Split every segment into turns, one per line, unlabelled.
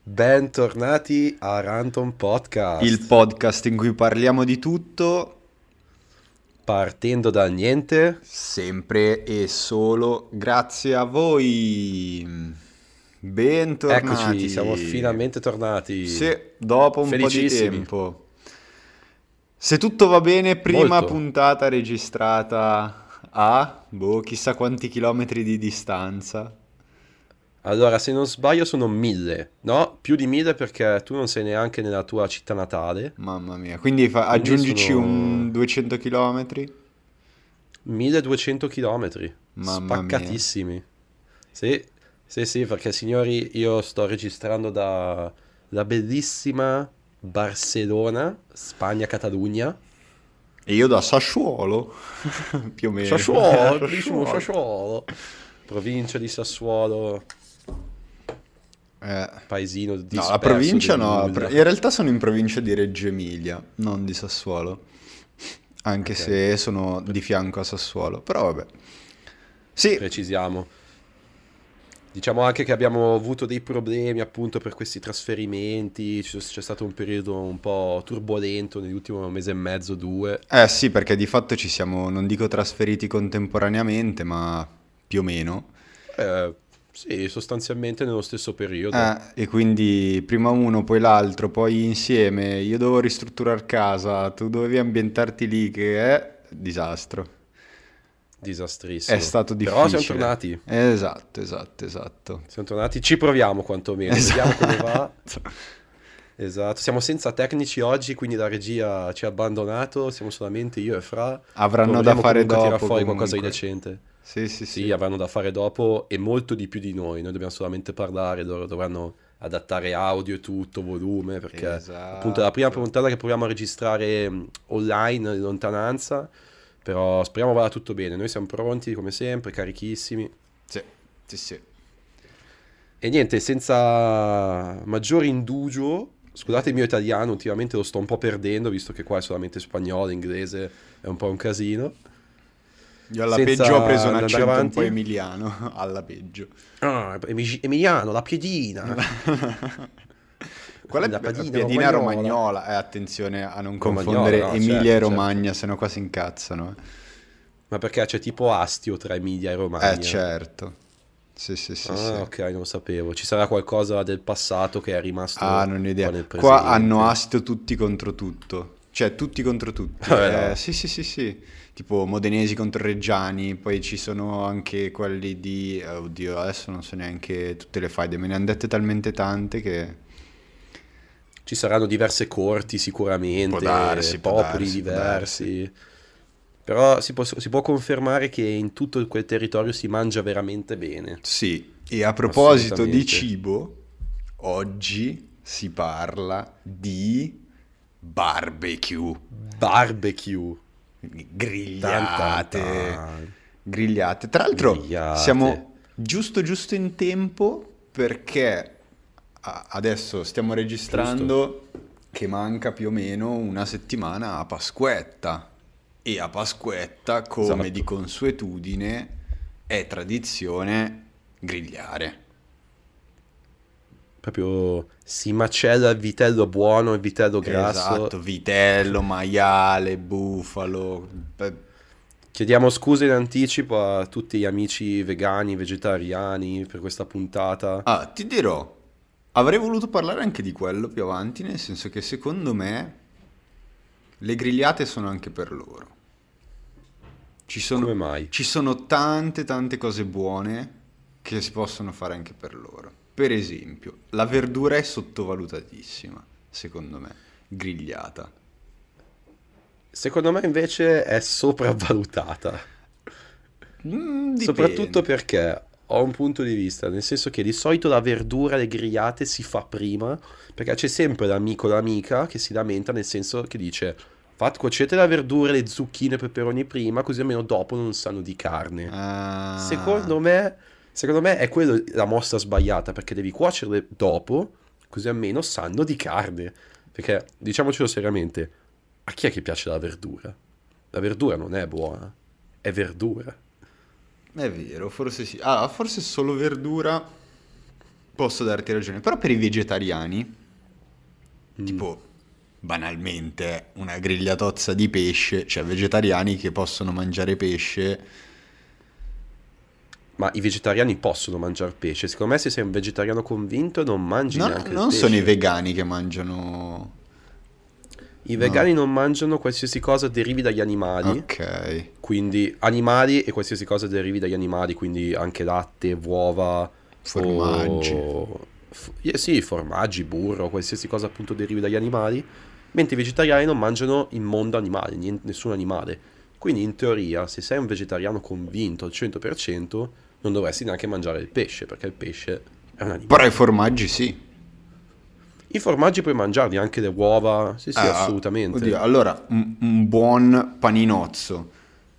Bentornati a Random
Il
Podcast,
podcast in cui parliamo di tutto,
partendo dal niente.
sempre e solo grazie a voi.
Eccoci, siamo
Bentornati.
finalmente tornati.
Sì, dopo un po' di
Felicissimi,
tempo. Se tutto va bene, prima
molto.
puntata registrata a, chissà quanti chilometri di distanza.
Allora, se non sbaglio sono 1000, no? Più di 1000 perché tu non sei neanche nella tua città natale,
Mamma mia, quindi
quindi
aggiungici un
sono
200 chilometri.
1200 chilometri,
Mamma mia.
spaccatissimi. Sì, sì, sì, perché signori, io sto registrando da la bellissima Barcellona, Spagna, Catalogna.
E io da Sassuolo, più o meno,
Sassuolo, bellissimo
Sassuolo.
Sassuolo. Provincia di Sassuolo,
Eh,
paesino
no, la
disperso
provincia
del
no,
nulla.
in realtà sono in provincia di Reggio Emilia, non di Sassuolo, anche
Ok,
se sono
pre-
di fianco a Sassuolo, però vabbè. Sì,
precisiamo. Diciamo anche che abbiamo avuto dei problemi appunto per questi trasferimenti, c'è stato un periodo un po' turbolento nell'ultimo mese e mezzo, due.
eh sì, perché di fatto ci siamo, non dico trasferiti contemporaneamente, ma più o meno.
Eh, sì, sostanzialmente nello stesso periodo.
E quindi prima uno, poi l'altro, poi insieme, io dovevo ristrutturare casa, tu dovevi ambientarti lì, che è disastro. È
Disastrissimo.
stato
Però siamo
difficile.
tornati.
Esatto, esatto, esatto.
Siamo tornati, ci proviamo quantomeno, vediamo come va.
Esatto.
Esatto, siamo senza tecnici oggi, quindi la regia ci ha abbandonato, siamo solamente io e Fra.
Avranno da
Proveremo
fare
comunque a tirar
dopo
fuori qualcosa di
comunque.
decente.
Sì, sì,
Sì,
sì.
avranno da fare dopo e molto di più di noi dobbiamo solamente parlare, loro dovranno adattare audio e tutto, volume, perché appunto è la prima
Esatto.
puntata che proviamo a registrare online in lontananza, però speriamo vada tutto bene, noi siamo pronti come sempre, carichissimi.
Sì, sì, sì.
E niente, senza maggiore indugio, scusate il mio italiano, ultimamente lo sto un po' perdendo, visto che qua è solamente spagnolo, inglese, è un po' un casino.
Io alla peggio ho preso
Senza
un
andare
accento un po'
avanti,
emiliano, alla peggio.
ah, Emiliano, la piedina,
Qual
la
è
padina
piadina
romagnola.
romagnola? Attenzione a non
Romagnola,
confondere
no,
Emilia e
certo, certo.
Romagna, sennò qua si incazzano.
Ma perché c'è tipo astio tra Emilia e Romagna?
Certo. Sì, sì, sì,
Ah,
sì.
ok, non lo sapevo. Ci sarà qualcosa del passato che è
Ah,
rimasto
non ho idea.
qua nel
Qua hanno
presente.
astio tutti contro tutto. Cioè, tutti contro tutti.
Vabbè, no.
Sì, sì, sì, sì. Tipo modenesi contro reggiani. Poi ci sono anche quelli di... oddio, adesso non so neanche tutte le faide. Me ne hanno dette talmente tante che...
Ci saranno diverse corti
Può
sicuramente,
darsi, può
popoli
darsi, può darsi.
diversi, però si può confermare che in tutto quel territorio si mangia veramente bene,
Sì. E a proposito di
assolutamente.
cibo, oggi si parla di barbecue.
Barbecue, tan tan
Grigliate.
tan,
Grigliate. Tra l'altro
grigliate,
siamo giusto giusto in tempo perché adesso stiamo
giusto?
registrando che manca più o meno una settimana a Pasquetta. E a Pasquetta, come di
Esatto.
consuetudine, è tradizione grigliare.
Proprio si macella il vitello buono, il vitello
Esatto,
grasso.
vitello, maiale, bufalo.
Chiediamo scusa in anticipo a tutti gli amici vegani, vegetariani per questa puntata.
Ah, ti dirò, avrei voluto parlare anche di quello più avanti, nel senso che secondo me le grigliate sono anche per loro. Ci
Come
sono,
mai?
ci sono tante tante cose buone che si possono fare anche per loro. Per esempio, la verdura è sottovalutatissima, secondo me, grigliata.
Secondo me invece è sopravvalutata. Soprattutto
Dipende.
perché ho un punto di vista, nel senso che di solito la verdura, le grigliate si fa prima, perché c'è sempre l'amico o l'amica che si lamenta, nel senso che dice, cuocete la verdura, le zucchine e peperoni prima, così almeno dopo non sanno di carne.
Ah,
Secondo me, secondo me è quella la mossa sbagliata, perché devi cuocerle dopo, così almeno sanno di carne. Perché, diciamocelo seriamente, a chi è che piace la verdura? La verdura non è buona, è verdura.
è vero, forse sì. Ah, forse solo verdura. posso darti ragione, però per i vegetariani,
Mm.
tipo banalmente una grigliatozza di pesce, cioè vegetariani che possono mangiare pesce.
Ma i vegetariani possono mangiare pesce. Secondo me se sei un vegetariano convinto non mangi neanche il
Non sono i
pesce.
vegani che mangiano.
I
No,
vegani non mangiano qualsiasi cosa derivi dagli animali,
ok,
quindi animali e qualsiasi cosa derivi dagli animali, quindi anche latte, uova
formaggi.
o... sì, formaggi, burro, qualsiasi cosa appunto derivi dagli animali, mentre i vegetariani non mangiano in mondo animali, nessun animale. Quindi in teoria, se sei un vegetariano convinto al 100%, non dovresti neanche mangiare il pesce, perché il pesce è un
Però i
animale.
formaggi sì.
I formaggi puoi mangiarli, anche le uova, sì sì,
Oddio,
assolutamente.
allora un buon paninozzo.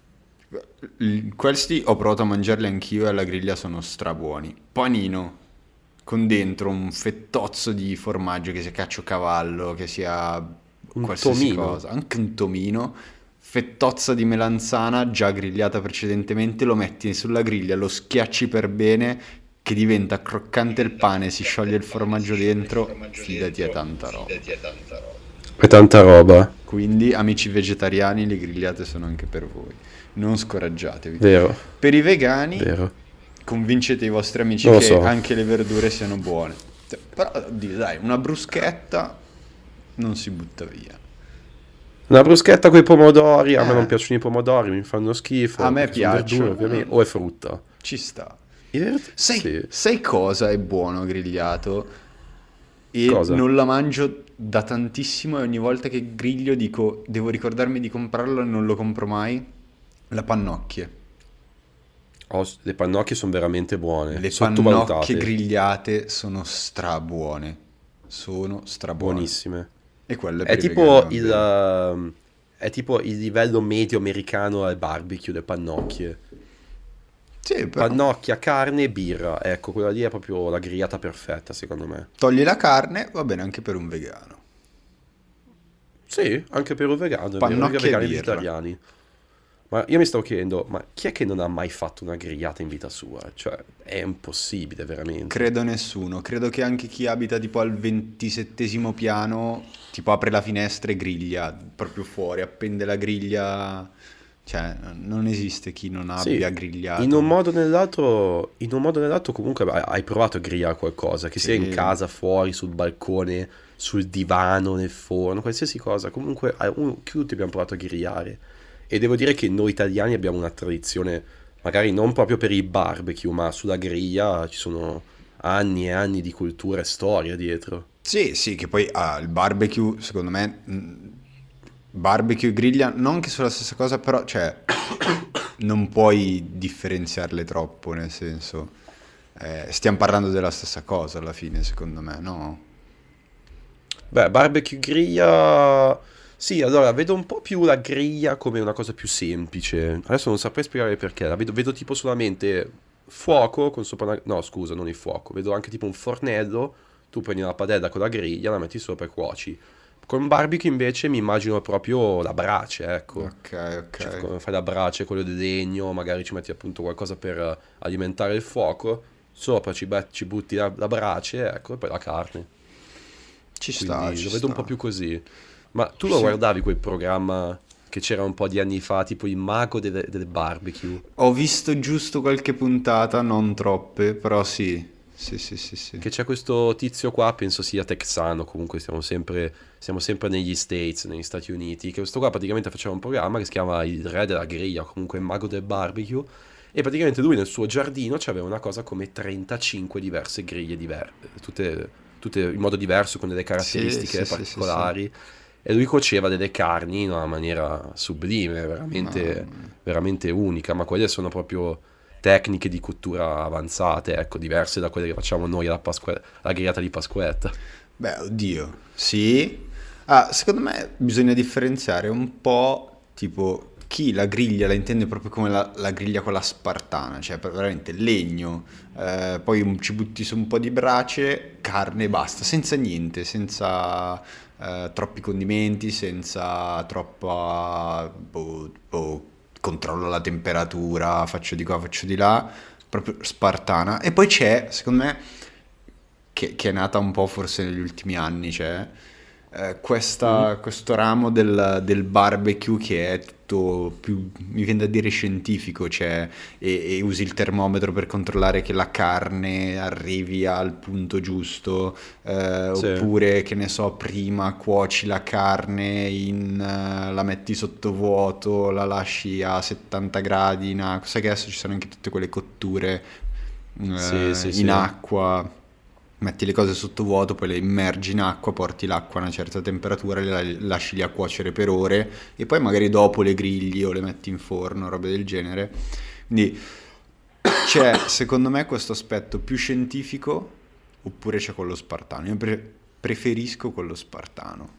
Questi ho provato a mangiarli anch'io e alla griglia sono strabuoni. Panino con dentro un fettozzo di formaggio, che sia caciocavallo, che sia
Un
qualsiasi
tomino.
cosa, anche un tomino, fettozza di melanzana già grigliata precedentemente, lo metti sulla griglia, lo schiacci per bene, che diventa croccante il pane, si scioglie il formaggio dentro, fidati è tanta roba.
È tanta roba,
Quindi, amici vegetariani, le grigliate sono anche per voi. Non scoraggiatevi.
vero,
Per i vegani,
vero.
convincete i vostri amici
Non lo
che
so.
anche le verdure siano buone. Però, oddio, dai, una bruschetta non si butta via.
Una bruschetta con i pomodori, a me non
Eh,
piacciono i pomodori, mi fanno
a
schifo,
me
perché sono verdure
piacciono,
ovviamente, o è frutta.
ci sta. Sai,
Sì.
sai cosa è buono grigliato? E
Cosa?
non la mangio da tantissimo e ogni volta che griglio dico, devo ricordarmi di comprarlo e non lo compro mai. La pannocchie.
Oh, le pannocchie sono veramente buone,
Le pannocchie
sottovalutate,
grigliate sono strabuone. Sono strabuone.
buonissime.
E quelle
È
per i vegani
tipo
va
il,
bene.
è tipo il livello medio americano al barbecue, le pannocchie.
Sì, però
Pannocchia, carne e birra, ecco, quella lì è proprio la grigliata perfetta, secondo me.
togli la carne, va bene anche per un vegano.
Sì, anche per un vegano, è vero, anche
Pannocchie e
vegani e
birra.
vegetariani. Ma io mi stavo chiedendo, ma chi è che non ha mai fatto una grigliata in vita sua? Cioè, è impossibile, veramente.
Credo nessuno. Credo che anche chi abita tipo al 27° piano, tipo apre la finestra e griglia proprio fuori, appende la griglia. Cioè, non esiste chi non
Sì,
abbia
in un
grigliato.
modo o nell'altro, in un modo o nell'altro comunque hai provato a grillare qualcosa, che sia in
Sì.
casa, fuori, sul balcone, sul divano, nel forno, qualsiasi cosa. Comunque tutti abbiamo provato a grigliare. E devo dire che noi italiani abbiamo una tradizione, magari non proprio per il barbecue, ma sulla griglia ci sono anni e anni di cultura e storia dietro.
Sì, sì, che poi il barbecue, secondo me, barbecue e griglia, non che sono la stessa cosa, però, cioè, non puoi differenziarle troppo, nel senso, stiamo parlando della stessa cosa alla fine, secondo me, no?
Beh, barbecue griglia... Sì, allora vedo un po' più la griglia come una cosa più semplice. Adesso non saprei spiegare perché. Vedo tipo solamente fuoco con sopra una... No, scusa, non il fuoco. Vedo anche tipo un fornello. Tu prendi una padella con la griglia, la metti sopra e cuoci. Con barbecue invece mi immagino proprio la brace, ecco.
Ok, ok.
Cioè, come fai la brace, quello di legno, magari ci metti appunto qualcosa per alimentare il fuoco. Sopra ci butti la brace, ecco, e poi la carne.
Ci sta,
Quindi
ci
lo vedo un po'
sta.
più così. Ma tu lo
Sì.
guardavi quel programma che c'era un po' di anni fa, tipo il mago del barbecue?
Ho visto giusto qualche puntata, non troppe, però sì. Sì, sì, sì, sì.
Che c'è questo tizio qua, penso sia texano, comunque siamo sempre negli States, negli Stati Uniti, che questo qua praticamente faceva un programma che si chiama Il Re della Griglia, o comunque il Mago del Barbecue, e praticamente lui nel suo giardino c'aveva una cosa come 35 diverse griglie diverse, tutte in modo diverso, con delle
Sì, sì,
caratteristiche
sì, sì, sì.
particolari, e lui cuoceva delle carni in una maniera sublime, veramente,
Mamma mia.
veramente unica, ma quelle sono proprio tecniche di cottura avanzate, ecco, diverse da quelle che facciamo noi alla grigliata di Pasquetta.
Beh, oddio, sì. Ah, secondo me bisogna differenziare un po', tipo, chi la griglia la intende proprio come la griglia quella spartana, cioè veramente legno, poi ci butti su un po' di brace, carne e basta, senza niente, senza troppi condimenti, senza troppa, controllo la temperatura, faccio di qua, faccio di là, proprio spartana. E poi c'è, secondo me, che è nata un po' forse negli ultimi anni, cioè
Mm.
questo ramo del barbecue che è tutto più, mi viene da dire scientifico, cioè, e usi il termometro per controllare che la carne arrivi al punto giusto,
Sì.
oppure che ne so, prima cuoci la carne, la metti sottovuoto, la lasci a 70 gradi, sai che adesso ci sono anche tutte quelle cotture
Sì, sì,
in
sì.
acqua, metti le cose sottovuoto, poi le immergi in acqua, porti l'acqua a una certa temperatura, lasci lì a cuocere per ore e poi magari dopo le grigli o le metti in forno, robe del genere. Quindi c'è secondo me questo aspetto più scientifico oppure c'è quello spartano. Io preferisco quello spartano,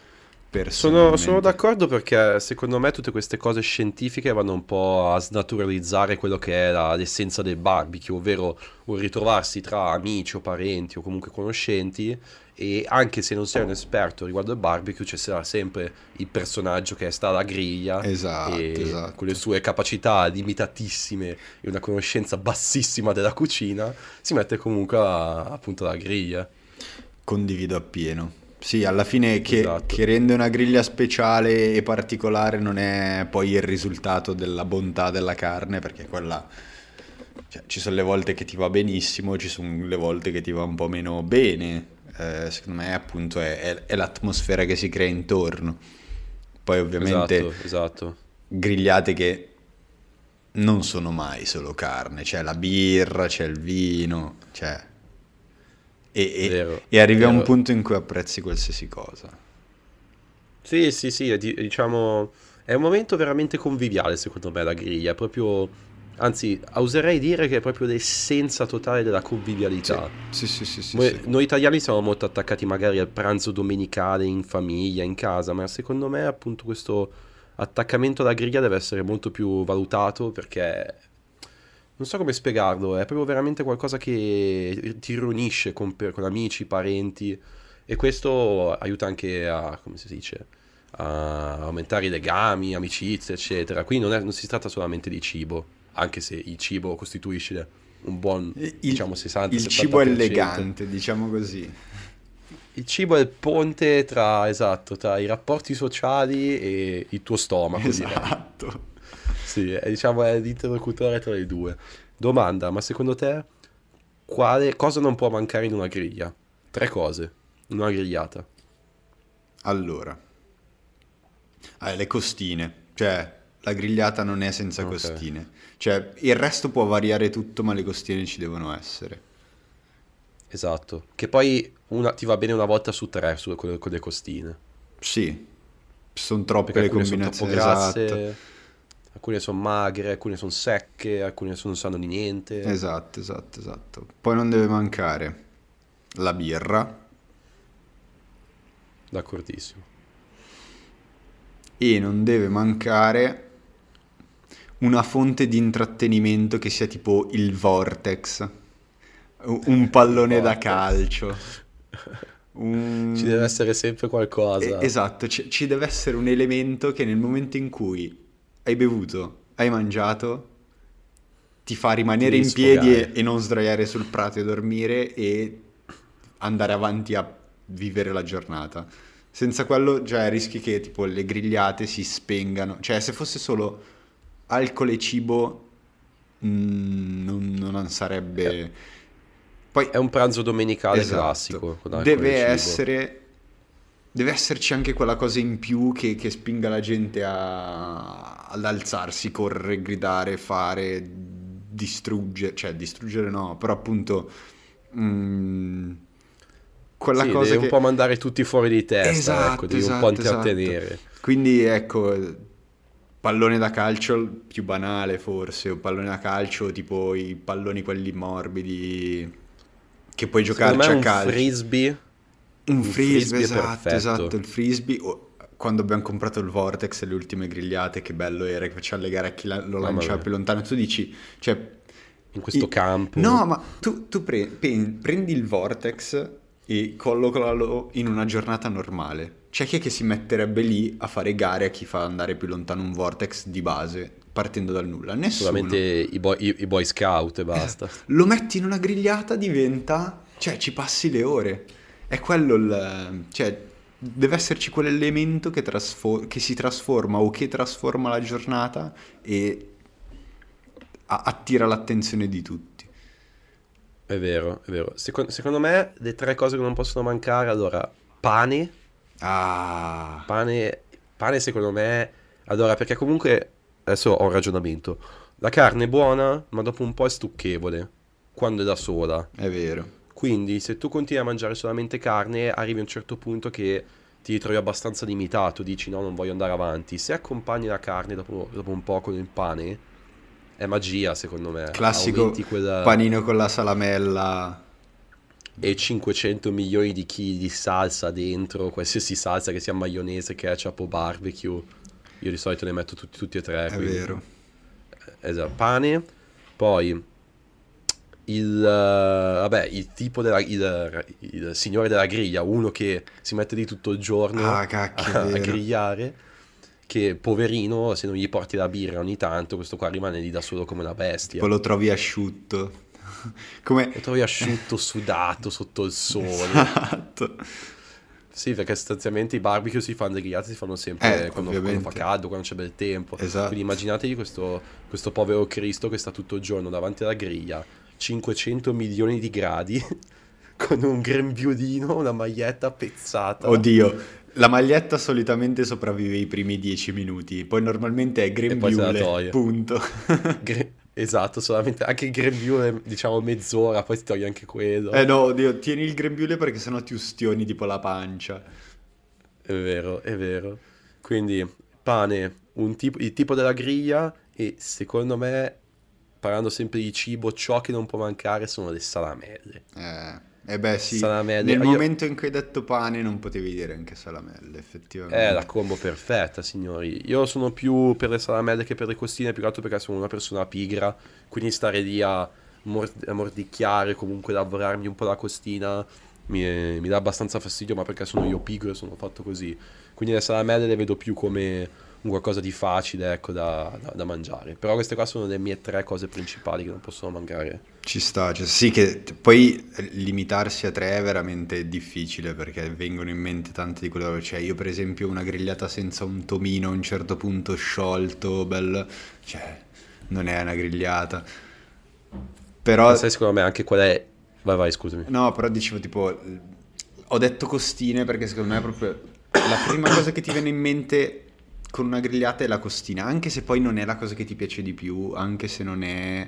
Sono
personalmente.
d'accordo perché secondo me tutte queste cose scientifiche vanno un po' a snaturalizzare quello che è l'essenza del barbecue, ovvero un ritrovarsi tra amici o parenti o comunque conoscenti e anche se non sei un esperto riguardo il barbecue ci sarà sempre il personaggio che sta alla griglia
Esatto,
e con le
esatto.
sue capacità limitatissime e una conoscenza bassissima della cucina si mette comunque appunto alla griglia.
Condivido appieno. Sì, alla fine
Esatto.
che rende una griglia speciale e particolare non è poi il risultato della bontà della carne, perché quella, cioè, ci sono le volte che ti va benissimo, ci sono le volte che ti va un po' meno bene. Secondo me appunto è l'atmosfera che si crea intorno. Poi ovviamente
Esatto, esatto.
grigliate che non sono mai solo carne, c'è la birra, c'è il vino, c'è
Vero,
e arrivi a un
vero.
punto in cui apprezzi qualsiasi cosa.
Sì, sì, sì, diciamo, è un momento veramente conviviale secondo me la griglia, è proprio, anzi, oserei dire che è proprio l'essenza totale della
Sì,
convivialità.
sì, sì, sì, sì,
Noi,
sì.
noi italiani siamo molto attaccati magari al pranzo domenicale in famiglia, in casa, ma secondo me appunto questo attaccamento alla griglia deve essere molto più valutato perché non so come spiegarlo, è proprio veramente qualcosa che ti riunisce con amici, parenti e questo aiuta anche a, come si dice, a aumentare i legami, amicizie, eccetera. Qui non si tratta solamente di cibo, anche se il cibo costituisce un buon,
Il,
diciamo,
il cibo è
60-70%.
elegante, diciamo così.
Il cibo è il ponte tra, esatto, tra i rapporti sociali e il tuo stomaco, direi.
Esatto.
Sì, è, diciamo, è l'interlocutore tra i due. Domanda, ma secondo te cosa non può mancare in una griglia? Tre cose, in una grigliata.
Allora, le costine. Cioè, la grigliata non è senza
Ok,
costine. Cioè, il resto può variare tutto, ma le costine ci devono essere.
esatto. Che poi ti va bene una volta su tre con le costine.
Sì, sono
Perché
troppe le
alcune sono troppo
combinazioni, esatto.
grasse, alcune sono magre, alcune sono secche, alcune non sanno di niente.
Esatto, esatto, esatto. Poi non deve mancare la birra
D'accordissimo.
e non deve mancare una fonte di intrattenimento che sia tipo il Vortex, un
Il
pallone da
Vortex.
calcio,
Ci deve
un...
essere sempre qualcosa.
Esatto, ci deve essere un elemento che nel momento in cui hai bevuto, hai mangiato, ti fa
Ti
rimanere
devi
in piedi
sfogare.
e non sdraiare sul prato e dormire e andare avanti a vivere la giornata. Senza quello, già rischi che tipo le grigliate si spengano. Cioè, se fosse solo alcol e cibo, non
È,
sarebbe... Poi,
è un pranzo domenicale
esatto,
classico, con alcol e cibo.
deve esserci anche quella cosa in più che spinga la gente ad alzarsi, correre, gridare, fare, distruggere, cioè distruggere no, però appunto mm, quella
Sì,
cosa
devi un po'
che...
mandare tutti fuori di testa, ecco,
Esatto,
devi un po'
esatto, esatto.
intrattenere.
Quindi ecco, pallone da calcio più banale forse, o pallone da calcio tipo i palloni quelli morbidi che puoi
Secondo me
giocarci a calcio.
un
Un frisbee,
frisbee è
esatto, esatto,
perfetto.
il frisbee. Quando abbiamo comprato il Vortex, le ultime grigliate, che bello era che faceva le gare a chi lo
Mamma
lanciava
mia,
più lontano. Tu dici, cioè,
in questo
no,
campo.
ma tu prendi il Vortex e collocalo in una giornata normale. C'è chi è che si metterebbe lì a fare gare a chi fa andare più lontano un Vortex di base, partendo dal nulla?
Solamente
Nessuno.
i boy scout e
Esatto.
basta.
Lo metti in una grigliata, diventa, cioè ci passi le ore. È quello il... cioè deve esserci quell'elemento che si trasforma o che trasforma la giornata e attira l'attenzione di tutti.
È vero, è vero. Secondo me le tre cose che non possono mancare, allora, pane,
Ah,
pane, pane secondo me, allora perché comunque, adesso ho un ragionamento, la carne è buona, ma dopo un po' è stucchevole, quando è da sola.
è vero.
Quindi se tu continui a mangiare solamente carne, arrivi a un certo punto che ti ritrovi abbastanza limitato, dici no, non voglio andare avanti. Se accompagni la carne dopo un po' con il pane, è magia secondo me,
Classico
aumenti quella...
panino con la salamella.
e 500 milioni di chili di salsa dentro, qualsiasi salsa che sia maionese, ketchup o barbecue. Io di solito ne metto tutti e tre,
È
quindi
vero.
esatto, pane, poi vabbè, il tipo il signore della griglia, uno che si mette lì tutto il giorno
Ah, cacchio, è
a
vero.
grigliare, che poverino, se non gli porti la birra ogni tanto, questo qua rimane lì da solo come una bestia.
Poi lo trovi asciutto. Come...
Lo trovi asciutto, sudato, sotto il sole.
Esatto.
Sì, perché sostanzialmente i barbecue si fanno, le grigliate si fanno sempre quando fa
ovviamente.
caldo, quando c'è bel tempo.
Esatto.
Quindi immaginatevi questo povero Cristo che sta tutto il giorno davanti alla griglia, 500 milioni di gradi, con un grembiulino, una maglietta pezzata.
Oddio, la maglietta solitamente sopravvive i primi 10 minuti, poi normalmente è
E poi se la
grembiule,
toglie.
punto.
Esatto, solamente anche il grembiule, diciamo mezz'ora, poi si toglie anche quello.
No, oddio, tieni il grembiule perché sennò ti ustioni tipo la pancia.
È vero, è vero. Quindi, pane, il tipo della griglia e secondo me, parlando sempre di cibo, ciò che non può mancare sono le salamelle.
Beh sì,
Salamelle.
nel momento in cui hai detto pane non potevi dire anche salamelle,
È la
effettivamente.
combo perfetta, signori. Io sono più per le salamelle che per le costine, più che altro perché sono una persona pigra, quindi stare lì a mordicchiare, comunque lavorarmi un po' la costina, mi dà abbastanza fastidio, ma perché sono io pigro e sono fatto così. Quindi le salamelle le vedo più come un qualcosa di facile, ecco, da mangiare. Però queste qua sono le mie tre cose principali che non possono mancare.
Ci sta, cioè, sì che poi limitarsi a tre è veramente difficile perché vengono in mente tante di quelle robe, cioè io per esempio una grigliata senza un tomino a un certo punto sciolto, bello, cioè non è una grigliata.
Ma
Però,
sai secondo me anche qual è... Vai, vai, scusami.
no, però dicevo tipo, ho detto costine perché secondo me è proprio la prima cosa che ti viene in mente con una grigliata è la costina, anche se poi non è la cosa che ti piace di più, anche se non è...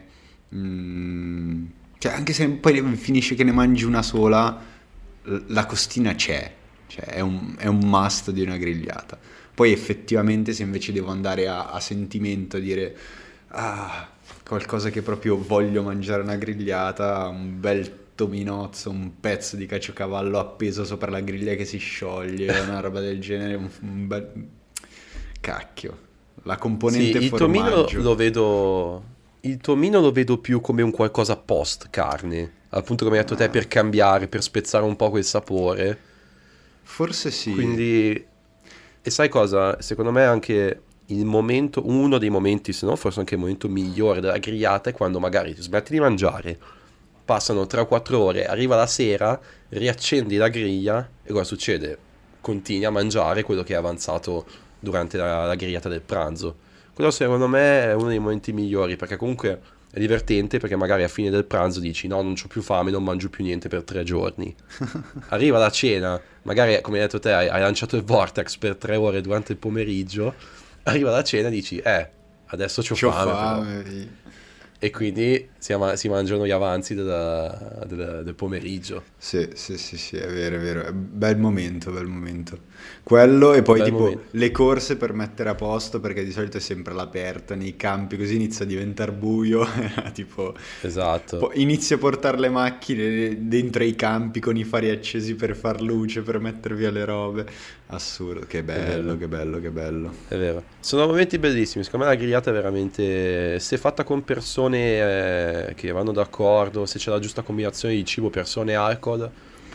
cioè, anche se poi finisce che ne mangi una sola, la costina c'è, cioè è un must di una grigliata. Poi effettivamente se invece devo andare a sentimento a dire ah, qualcosa che proprio voglio mangiare una grigliata, un bel tominozzo, un pezzo di caciocavallo appeso sopra la griglia che si scioglie, una roba del genere, un bel... Cacchio, la
Sì,
componente
il tomino
formaggio.
lo vedo. Il tomino lo vedo più come un qualcosa post carne. Appunto, come hai detto te, per cambiare, per spezzare un po' quel sapore.
Forse sì.
Quindi. E sai cosa? Secondo me anche il momento, uno dei momenti, se no forse anche il momento migliore della grigliata è quando magari smetti di mangiare, passano 3 o 4 ore, arriva la sera, riaccendi la griglia e cosa succede? Continui a mangiare quello che è avanzato durante la grigliata del pranzo. Quello secondo me è uno dei momenti migliori perché comunque è divertente perché magari a fine del pranzo dici no, non c'ho più fame, non mangio più niente per 3 giorni. Arriva la cena, magari come hai detto te hai lanciato il Vortex per 3 ore durante il pomeriggio, arriva la cena e dici adesso c'ho
C'ho
fame però.
fame.
E quindi si mangiano gli avanzi del pomeriggio.
Sì, sì, sì, sì, è vero, è vero. È bel momento, bel momento. Quello e poi
Bel
tipo
momento.
le corse per mettere a posto perché di solito è sempre all'aperto nei campi, così inizia a diventare buio, tipo
Esatto.
inizia a portare le macchine dentro i campi con i fari accesi per far luce, per mettere via le robe. Assurdo, che
È vero.
bello, che bello, che bello.
È vero. Sono momenti bellissimi. Secondo me la grigliata è veramente. Se fatta con persone che vanno d'accordo, se c'è la giusta combinazione di cibo, persone e alcol,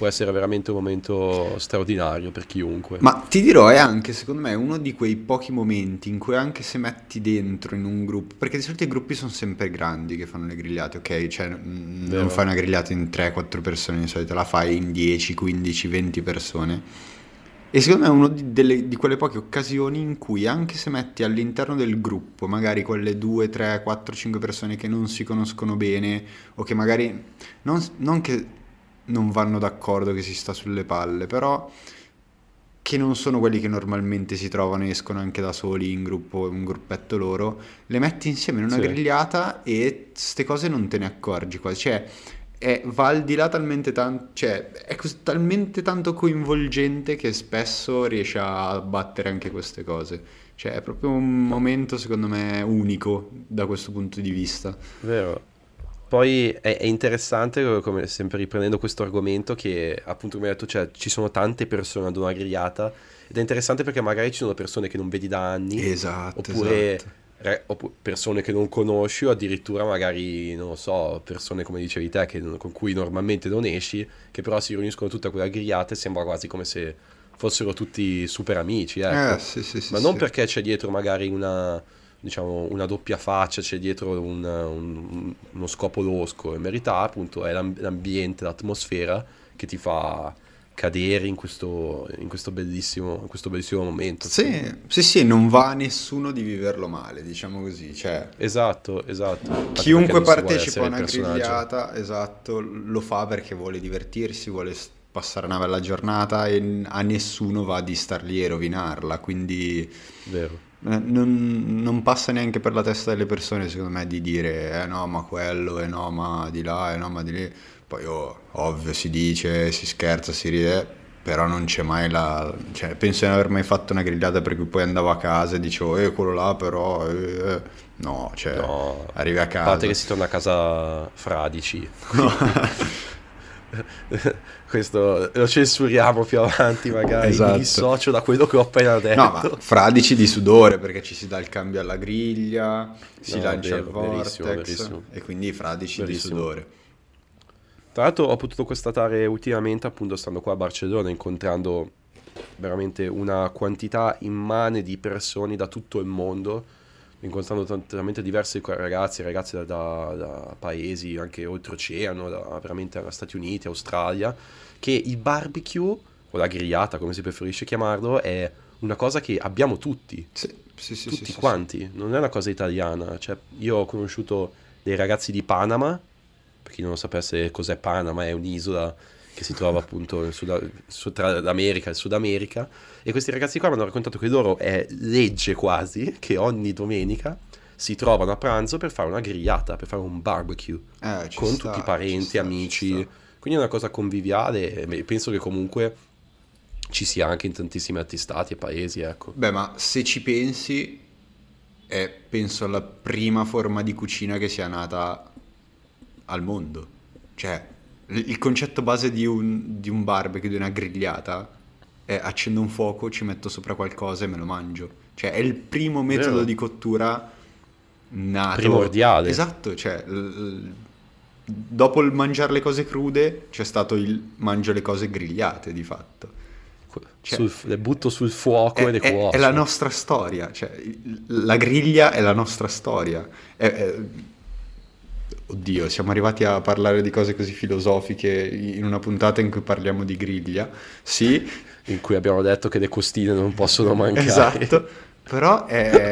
può essere veramente un momento straordinario per chiunque.
Ma ti dirò, è anche secondo me uno di quei pochi momenti in cui anche se metti dentro in un gruppo, perché di solito i gruppi sono sempre grandi che fanno le grigliate, ok? Cioè non
Vero?
fai una grigliata in 3-4 persone, di solito la fai in 10, 15, 20 persone. E secondo me è una di quelle poche occasioni in cui anche se metti all'interno del gruppo magari quelle 2, 3, 4, 5 persone che non si conoscono bene o che magari non che non vanno d'accordo, che si sta sulle palle, però che non sono quelli che normalmente si trovano e escono anche da soli in gruppo, un gruppetto loro, le metti insieme in una
Sì,
grigliata e ste cose non te ne accorgi quasi, cioè va al di là talmente tanto, cioè è talmente tanto coinvolgente che spesso riesce a battere anche queste cose, cioè è proprio un
no,
momento secondo me unico da questo punto di vista.
vero. Poi è interessante, come sempre riprendendo questo argomento, che appunto come hai detto, cioè, ci sono tante persone ad una grigliata ed è interessante perché magari ci sono persone che non vedi da anni,
Esatto,
oppure,
esatto.
persone che non conosci, o addirittura magari, non lo so, persone come dicevi te, con cui normalmente non esci, che però si riuniscono tutte a quella grigliata e sembra quasi come se fossero tutti super amici, ecco.
Sì, sì, sì,
Ma non
sì.
perché c'è dietro magari una, diciamo, una doppia faccia, c'è dietro uno scopo losco, in verità appunto è l'ambiente, l'atmosfera che ti fa cadere in questo bellissimo momento, secondo me.
Sì, sì, sì, non va a nessuno di viverlo male, diciamo così, cioè
Esatto, esatto. Anche perché
chiunque
non si vuole
partecipa a
essere il
una
personaggio,
grigliata, esatto, lo fa perché vuole divertirsi, vuole passare una bella giornata e a nessuno va di star lì e rovinarla, quindi
vero?
non passa neanche per la testa delle persone, secondo me, di dire no, ma quello, no, ma di là, no, ma di lì. Poi ovvio si dice, si scherza, si ride, però non c'è mai la... Cioè, penso di non aver mai fatto una grigliata per cui poi andavo a casa e dicevo, quello là però... No, cioè,
No,
arrivi a
a parte
casa.
che si torna a casa fradici, quindi questo lo censuriamo più avanti, magari mi
Esatto.
dissocio da quello che ho appena
No, ma
detto.
fradici di sudore perché ci si dà il cambio alla griglia, si
No,
lancia il
vero, verissimo,
vortex
verissimo,
e quindi fradici di
verissimo.
sudore.
Tra l'altro ho potuto constatare ultimamente, appunto, stando qua a Barcellona, incontrando veramente una quantità immane di persone da tutto il mondo, incontrando veramente diversi ragazzi e ragazze da paesi anche oltreoceano, veramente da Stati Uniti, Australia, che il barbecue, o la grigliata, come si preferisce chiamarlo, è una cosa che abbiamo tutti,
Sì, sì, sì, sì,
tutti
sì, sì.
quanti, non è una cosa italiana. Cioè, io ho conosciuto dei ragazzi di Panama, per chi non lo sapesse cos'è Panama, è un'isola che si trova appunto tra l'America e il Sud America, e questi ragazzi qua mi hanno raccontato che loro è legge quasi che ogni domenica si trovano a pranzo per fare una grigliata, per fare un barbecue
Ci
con tutti i
sta, ci
parenti,
sta, ci sta.
amici, quindi è una cosa conviviale e penso che comunque ci sia anche in tantissimi altri stati e paesi, ecco.
Beh, ma se ci pensi, è penso la prima forma di cucina che sia nata al mondo. Cioè, il concetto base di un barbecue, di una grigliata, è accendo un fuoco, ci metto sopra qualcosa e me lo mangio. Cioè, è il primo metodo
Vero?
di cottura nato.
Primordiale.
Esatto, cioè, dopo il mangiare le cose crude c'è stato il mangio le cose grigliate, di fatto. Cioè,
Le butto sul fuoco e le
è la
cuocio.
nostra storia, cioè la griglia è la nostra storia. Oddio, siamo arrivati a parlare di cose così filosofiche in una puntata in cui parliamo di griglia. Sì,
In cui abbiamo detto che le costine non possono mancare.
esatto, però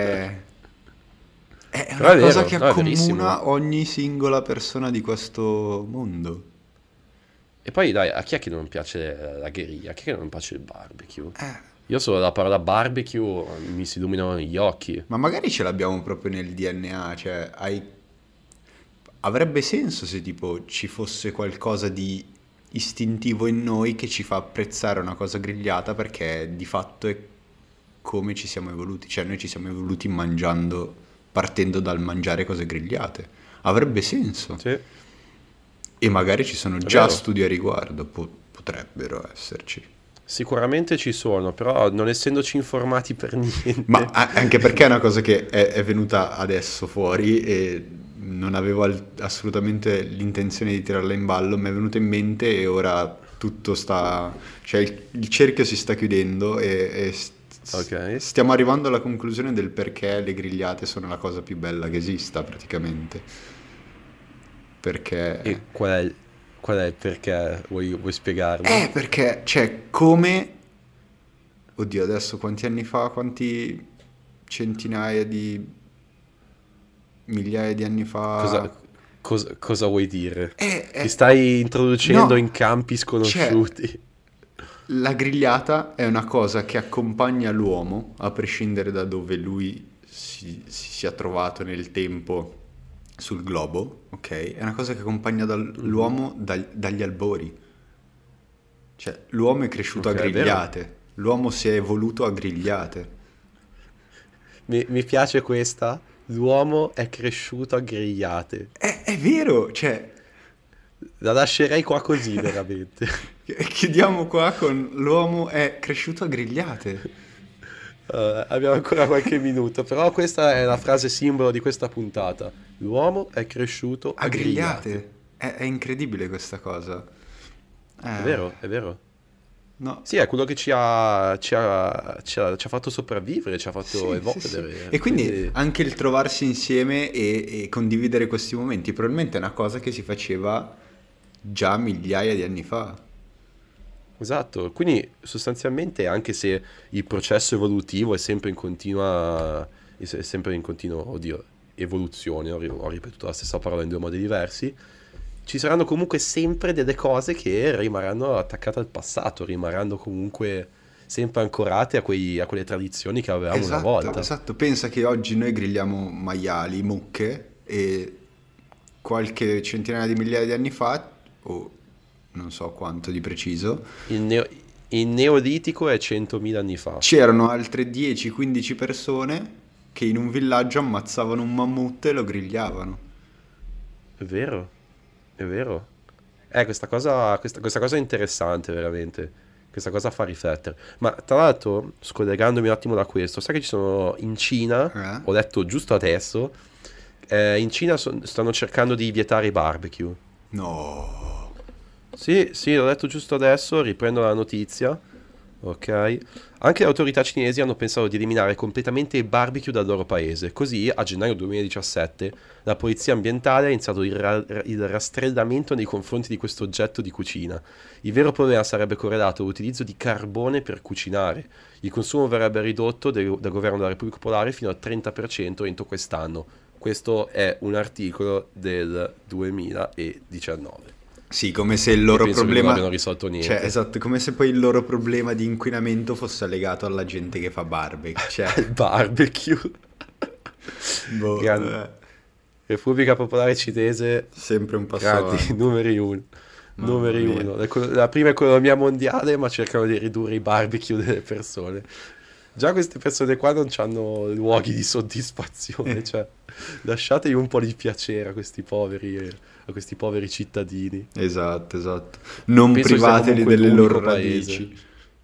è
Però
una
è
cosa
vero,
che
no, è verissimo.
accomuna ogni singola persona di questo mondo.
E poi dai, a chi è che non piace la griglia? A chi è che non piace il barbecue?
Eh,
Io solo la parola barbecue mi si illuminano gli occhi.
ma magari ce l'abbiamo proprio nel DNA, cioè avrebbe senso se tipo ci fosse qualcosa di istintivo in noi che ci fa apprezzare una cosa grigliata perché di fatto è come ci siamo evoluti, cioè noi ci siamo evoluti mangiando, partendo dal mangiare cose grigliate. Avrebbe senso.
Sì, è
E magari ci sono già
vero.
studi a riguardo, potrebbero esserci.
Sicuramente ci sono, però non essendoci informati per
Ma
niente.
anche perché è una cosa che è venuta adesso fuori e non avevo assolutamente l'intenzione di tirarla in ballo, mi è venuta in mente e ora tutto sta... cioè il cerchio si sta chiudendo
Ok.
stiamo arrivando alla conclusione del perché le grigliate sono la cosa più bella che esista praticamente. Perché...
E qual è il perché? Vuoi spiegarlo?
perché, cioè, come... Oddio, adesso quanti anni fa, quanti centinaia di migliaia di anni fa...
Cosa, cosa vuoi dire? Ti
Eh,
stai introducendo
no,
in campi
cioè,
sconosciuti.
la grigliata è una cosa che accompagna l'uomo, a prescindere da dove lui si sia trovato nel tempo sul globo, ok? È una cosa che accompagna
Mhm.
l'uomo dagli albori. Cioè, l'uomo è cresciuto a
Ok, è vero.
grigliate, l'uomo si è evoluto a grigliate.
Mi piace questa. L'uomo è cresciuto a grigliate.
È vero, cioè,
La lascerei qua così, veramente.
chiudiamo qua con l'uomo è cresciuto a grigliate.
Abbiamo ancora qualche minuto, però questa è la frase simbolo di questa puntata. L'uomo è cresciuto
A
a grigliate.
grigliate. È incredibile questa cosa.
È
Eh,
vero, è vero.
no.
Sì, è quello che ci ha fatto sopravvivere, ci ha fatto
Sì, sì, sì.
evolvere.
E quindi
Quindi,
anche il trovarsi insieme e condividere questi momenti, probabilmente è una cosa che si faceva già migliaia di anni fa.
esatto. Quindi, sostanzialmente, anche se il processo evolutivo è sempre in continua, è sempre in continuo, oddio, evoluzione, ho ripetuto la stessa parola in due modi diversi, ci saranno comunque sempre delle cose che rimarranno attaccate al passato, rimarranno comunque sempre ancorate a quelle tradizioni che avevamo una
Esatto,
volta.
esatto. Pensa che oggi noi grigliamo maiali, mucche e qualche centinaia di migliaia di anni fa, o non so quanto di preciso,
Il, neo- il Neolitico è 100.000 anni fa.
c'erano altre 10-15 persone che in un villaggio ammazzavano un mammut e lo grigliavano.
È vero, è vero. Questa cosa è interessante, veramente. Questa cosa fa riflettere. Ma tra l'altro, scollegandomi un attimo da questo, sai che ci sono in Cina,
Eh?
ho letto giusto adesso, in Cina stanno cercando di vietare i barbecue.
No.
Sì, sì, l'ho letto giusto adesso, riprendo la notizia. Ok. Anche le autorità cinesi hanno pensato di eliminare completamente il barbecue dal loro paese. Così, a gennaio 2017, la polizia ambientale ha iniziato il rastrellamento nei confronti di questo oggetto di cucina. Il vero problema sarebbe correlato all'utilizzo di carbone per cucinare. Il consumo verrebbe ridotto dal governo della Repubblica Popolare fino al 30% entro quest'anno. Questo è un articolo del 2019.
Sì, come se il
E
loro
penso che non
problema...
abbiano risolto
Cioè,
niente.
esatto, come se poi il loro problema di inquinamento fosse legato alla gente che fa barbecue. Cioè,
Il barbecue.
boh,
Grande. Repubblica Popolare Cinese,
sempre un passo
grandi,
avanti.
numeri uno.
Mamma
Numeri
mia.
uno. La prima economia mondiale, ma cercano di ridurre i barbecue delle persone. Già queste persone qua non hanno luoghi di soddisfazione, cioè lasciategli un po' di piacere a questi poveri cittadini.
Esatto, esatto. Non
Penso che sia
privateli
comunque
delle loro
l'unico paese.
radici.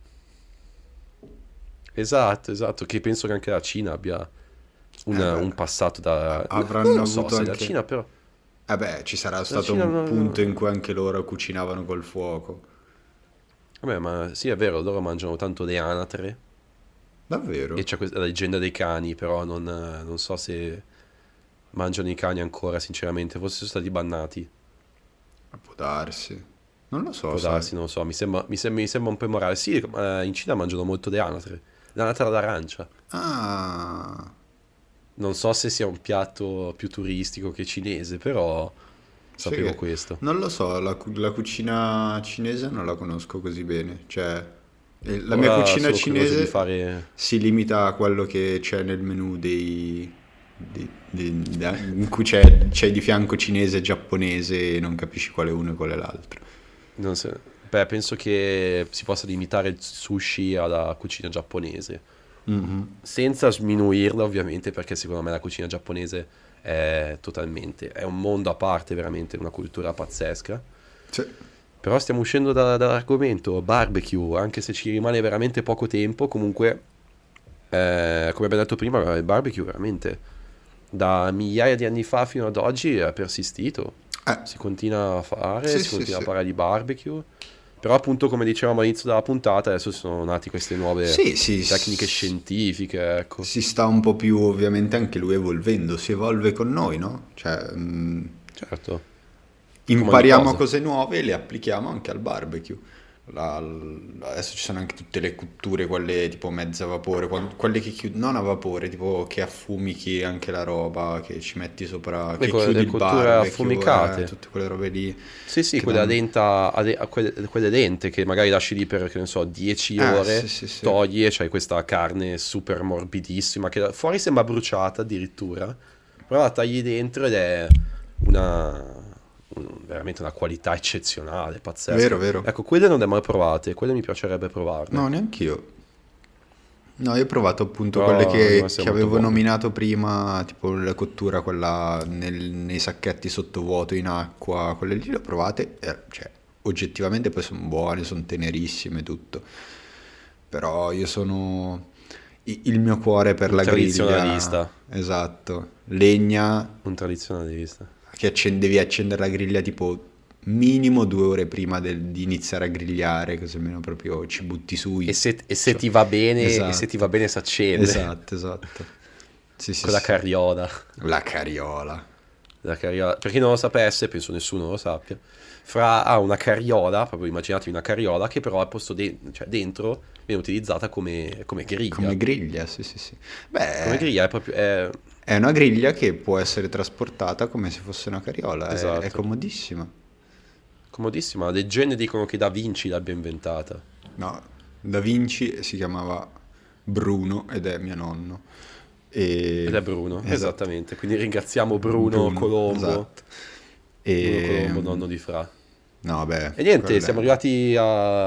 Esatto, esatto, che penso che anche la Cina abbia
Beh,
un passato da... Non
avranno
lo so
avuto
se la
anche...
Cina però...
Beh, ci sarà
La
stato
Cina
un punto in
non...
cui anche loro cucinavano col fuoco.
Vabbè, ma sì, è vero, loro mangiano tanto le anatre e
Davvero?
c'è questa la leggenda dei cani, però non so se mangiano i cani ancora, sinceramente, forse sono stati bannati.
Può darsi. Non lo so,
Può
sai.
darsi, non lo so, mi sembra un po' immorale. Sì, in Cina mangiano molto le anatre, l'anatra all'arancia.
Ah,
Non so se sia un piatto più turistico che cinese, però
sai
sapevo
che...
questo.
Non lo so, la cucina cinese non la conosco così bene. Cioè, la mia
Ora
cucina
sono curioso di
cinese
fare...
si limita a quello che c'è nel menù in cui c'è di fianco cinese e giapponese e non capisci quale uno e quale l'altro.
Non so, beh, penso che si possa limitare il sushi alla cucina giapponese,
Mhm.
senza sminuirla ovviamente, perché secondo me la cucina giapponese è un mondo a parte, veramente una cultura pazzesca.
Sì.
Però stiamo uscendo dall'argomento barbecue, anche se ci rimane veramente poco tempo, comunque, come abbiamo detto prima, il barbecue veramente da migliaia di anni fa fino ad oggi è persistito.
Eh,
Si continua a fare,
sì,
si
sì,
continua a
sì.
parlare di barbecue. Però appunto come dicevamo all'inizio della puntata, adesso sono nati queste nuove
Sì, sì,
tecniche scientifiche, ecco.
si sta un po' più ovviamente anche lui evolvendo, si evolve con noi, no? Cioè,
Certo.
impariamo
cosa.
cose nuove e le applichiamo anche al barbecue. Adesso ci sono anche tutte le cotture, quelle tipo mezza vapore, quelle che chiudi, non a vapore, tipo che affumichi anche la roba, che ci metti sopra, che chiudi
Le
il
cotture
barbecue,
affumicate.
tutte quelle robe lì
Sì,
che
quelle a
danno...
denta, quelle dente che magari lasci lì per, che ne so, 10 ore,
sì, sì, sì.
togli e c'hai questa carne super morbidissima che fuori sembra bruciata addirittura, però la tagli dentro ed è veramente una qualità eccezionale,
Vero,
pazzesca.
vero.
Ecco, quelle non le ho mai provate, quelle mi piacerebbe provarle,
No, neanch'io. No, io ho provato appunto quelle
però devono essere
che
molto
avevo
buone.
nominato prima, tipo la cottura, quella nei sacchetti sottovuoto in acqua, quelle lì le ho provate, cioè, oggettivamente poi sono buone, sono tenerissime, tutto. Però io sono... Il mio cuore è per
Un
la griglia,
tradizionalista,
esatto, legna,
un tradizionalista.
che devi accendere la griglia tipo minimo 2 ore prima di iniziare a grigliare, così almeno proprio ci butti su
E se ti va bene, e se ti va
Esatto,
bene si accende,
esatto, esatto. Sì, sì,
con la
sì.
carriola.
La carriola.
La carriola, per chi non lo sapesse, penso nessuno lo sappia, Fra ha una carriola, proprio immaginatevi una carriola che però al posto cioè dentro viene utilizzata come griglia.
Come griglia, sì, sì, sì.
Come
Beh,
griglia è proprio...
è una griglia che può essere trasportata come se fosse una carriola, è
esatto,
comodissima.
comodissima. Le leggende dicono che Da Vinci l'abbia inventata.
No, Da Vinci si chiamava Bruno ed è mio nonno.
Ed
E...
è Bruno,
Esatto.
esattamente. Quindi ringraziamo Bruno
Bruno,
Colombo,
esatto.
Bruno
E...
Colombo, nonno di Fra.
No, beh,
E niente,
quella
siamo
è...
arrivati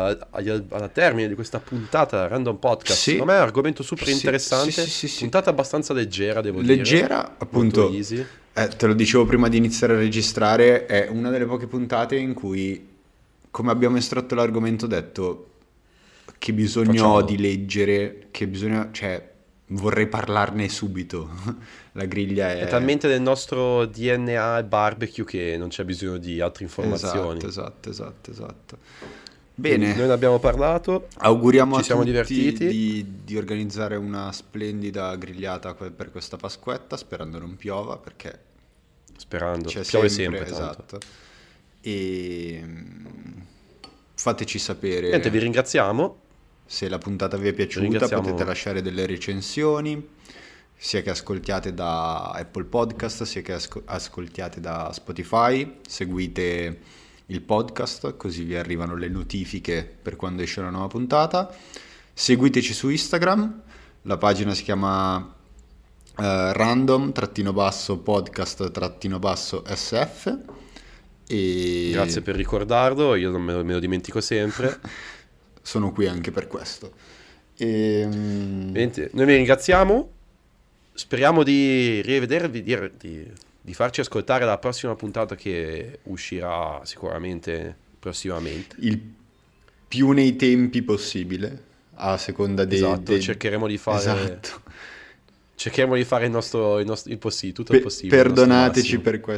alla termine di questa puntata Random Podcast.
Sì,
Secondo me è un argomento super
sì, sì,
interessante,
sì, sì, sì.
puntata abbastanza leggera, devo dire,
Leggera,
molto
appunto,
easy.
te lo dicevo prima di iniziare a registrare, è una delle poche puntate in cui, come abbiamo estratto l'argomento, ho detto che bisogno ho
Facciamolo.
di leggere, che bisogna, cioè, vorrei parlarne subito. La griglia
È
è...
talmente nel nostro DNA il barbecue che non c'è bisogno di altre informazioni.
Esatto, esatto, esatto, esatto.
Quindi noi
Bene,
ne abbiamo parlato,
auguriamo
ci
a
siamo
tutti
divertiti,
di organizzare una splendida grigliata per questa Pasquetta, sperando non piova, perché
sperando.
c'è
Piove
sempre,
sempre tanto.
esatto. E fateci
Niente, vi
sapere
ringraziamo.
se la puntata vi è
Vi
piaciuta, potete
ringraziamo.
lasciare delle recensioni, sia che ascoltiate da Apple Podcast, sia che ascoltiate da Spotify. Seguite il podcast, così vi arrivano le notifiche per quando esce una nuova puntata. Seguiteci su Instagram, la pagina si chiama random-podcast-sf
Grazie
e
per ricordarlo, io non me lo dimentico sempre.
sono qui anche per questo. E,
Niente, noi vi ringraziamo. Speriamo di rivedervi, di farci ascoltare la prossima puntata che uscirà sicuramente prossimamente.
il più nei tempi possibile, a seconda
Esatto, cercheremo di fare,
Esatto.
cercheremo di fare il possibile, tutto il possibile, il nostro
Perdonateci
massimo.
per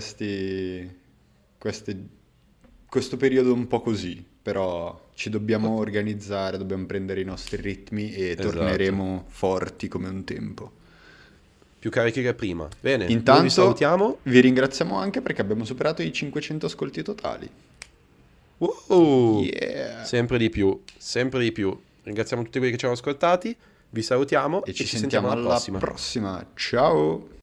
questo periodo un po' così, però ci dobbiamo organizzare, dobbiamo prendere i nostri ritmi e
Esatto,
torneremo forti come un tempo.
più carichi che prima. Bene, noi vi
Intanto
salutiamo.
vi ringraziamo anche perché abbiamo superato i 500 ascolti totali. Yeah!
Sempre di più, sempre di più. Ringraziamo tutti quelli che ci hanno ascoltati, vi salutiamo
E
e
ci
ci
sentiamo
sentiamo alla
alla
prossima.
prossima. Ciao!